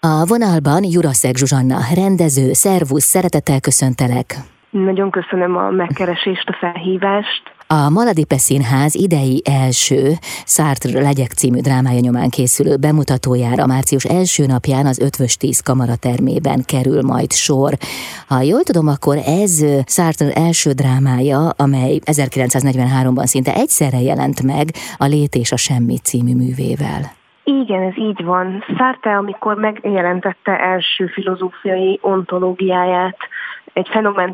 A vonalban Juraszek Zsuzsanna, rendező. Szervusz, szeretettel köszöntelek. Nagyon köszönöm a megkeresést, a felhívást. A Maladipe Színház idei első Sartre Legyek című drámája nyomán készülő bemutatójára március első napján az Eötvös 10 kamaratermében kerül majd sor. Ha jól tudom, akkor ez Sartre első drámája, amely 1943-ban szinte egyszerre jelent meg a Lét és a semmi című művével. Igen, ez így van. Sartre, amikor megjelentette első filozófiai ontológiáját, egy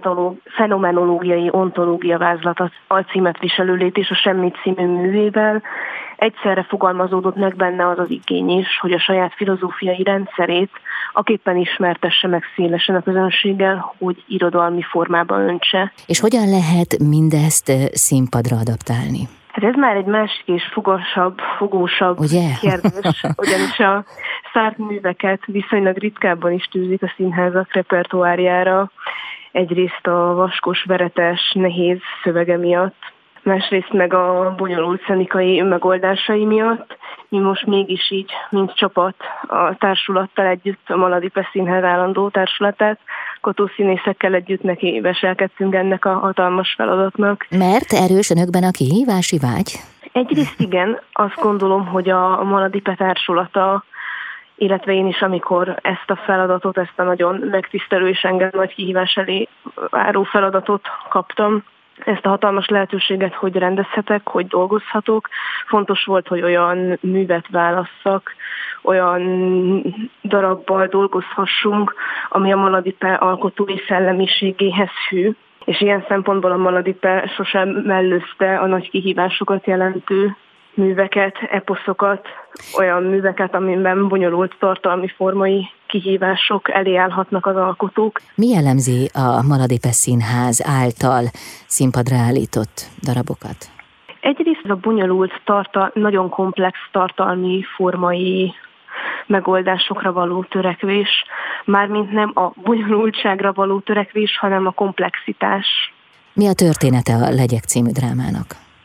fenomenológiai ontológia vázlatot alcímet viselő Lét és a semmi című művével, egyszerre fogalmazódott meg benne az az igény is, hogy a saját filozófiai rendszerét aképpen ismertesse meg szélesen a közönséggel, hogy irodalmi formába öntse. És hogyan lehet mindezt színpadra adaptálni? Hát ez már egy másik és fogósabb ugye? Kérdés, ugyanis a Sartre műveket viszonylag ritkábban is tűzik a színházak repertoárjára. Egyrészt a vaskos, veretes, nehéz szövege miatt, másrészt meg a bonyolult szenikai megoldásai miatt. Mi most mégis így, mint csapat, a társulattal együtt, a Maladipe Színház állandó társulatát, kotószínészekkel együtt neki veselkedtünk ennek a hatalmas feladatnak. Mert erős önökben a kihívási vágy? Egyrészt igen, azt gondolom, hogy a Maladipe társulata, illetve én is, amikor ezt a feladatot, ezt a nagyon megtisztelő és engem nagy kihívás elé váró feladatot kaptam, ezt a hatalmas lehetőséget, hogy rendezhetek, hogy dolgozhatok. Fontos volt, hogy olyan művet válasszak, olyan darabbal dolgozhassunk, ami a Maladipe alkotói szellemiségéhez hű. És ilyen szempontból a Maladipe sosem mellőzte a nagy kihívásokat jelentő műveket, eposzokat, olyan műveket, amiben bonyolult tartalmi formai kihívások elé állhatnak az alkotók. Mi jellemzi a Maladipe Színház által színpadra állított darabokat? Egyrészt a bonyolult, nagyon komplex tartalmi formai megoldásokra való törekvés, mármint nem a bonyolultságra való törekvés, hanem a komplexitás. Mi a története a Legyek című drámának?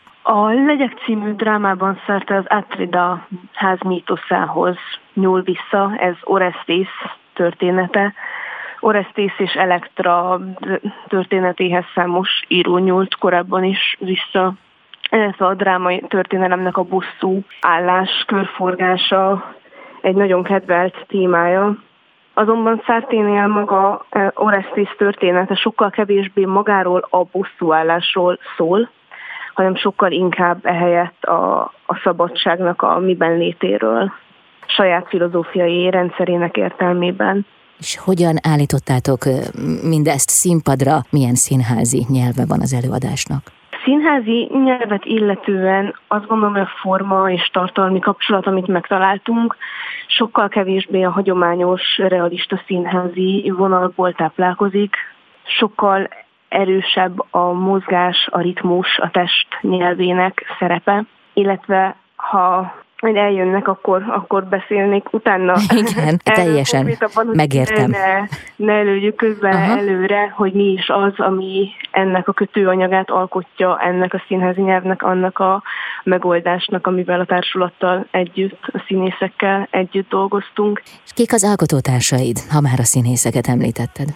A Legyek című drámában Sartre az Atrida ház mítoszához nyúl vissza, ez Orestes története. Orestes és Elektra történetéhez számos író nyúlt korábban is vissza. Ez a drámai történelemnek a bosszú állás, körforgása egy nagyon kedvelt témája. Azonban Sartre-nél maga Orestes története sokkal kevésbé magáról a bosszúállásról szól, hanem sokkal inkább ehelyett a szabadságnak a miben létéről, saját filozófiai rendszerének értelmében. És hogyan állítottátok mindezt színpadra? Milyen színházi nyelve van az előadásnak? Színházi nyelvet illetően azt gondolom, hogy a forma és tartalmi kapcsolat, amit megtaláltunk, sokkal kevésbé a hagyományos, realista színházi vonalból táplálkozik, sokkal erősebb a mozgás, a ritmus, a test nyelvének szerepe, illetve ha eljönnek, akkor beszélnék utána. Igen, teljesen megértem. Ne lőjük közben előre, hogy mi is az, ami ennek a kötőanyagát alkotja, ennek a színházi nyelvnek, annak a megoldásnak, amivel a társulattal együtt, a színészekkel együtt dolgoztunk. És kik az alkotótársaid, ha már a színészeket említetted?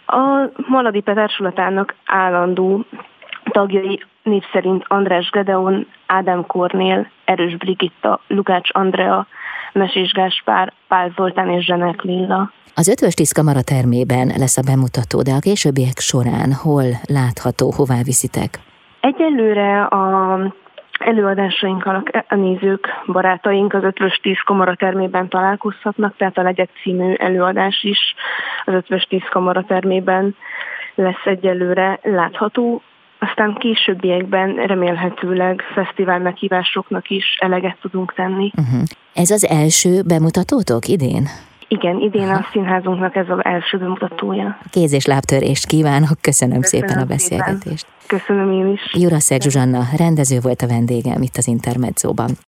A Maladipe társulatának állandó tagjai név szerint András Gedeon, Ádám Kornél, Erős Brigitta, Lukács Andrea, Mesés Gáspár, Pál Zoltán és Zsenák Lilla. Az Eötvös 10 kamaratermében lesz a bemutató, de a későbbiek során hol látható, hová viszitek? Egyelőre a előadásainkkal a nézők, barátaink az Eötvös 10 kamaratermében találkozhatnak, tehát a Legyek című előadás is az Eötvös 10 kamaratermében lesz egyelőre látható. Aztán későbbiekben remélhetőleg fesztivál meghívásoknak is eleget tudunk tenni. Ez az első bemutatótok idén? Igen, idén a színházunknak ez az első bemutatója. Kéz- és lábtörést kívánok, köszönöm szépen a beszélgetést. Köszönöm én is. Juraszek Zsuzsanna rendező volt a vendégem itt az Intermedzóban.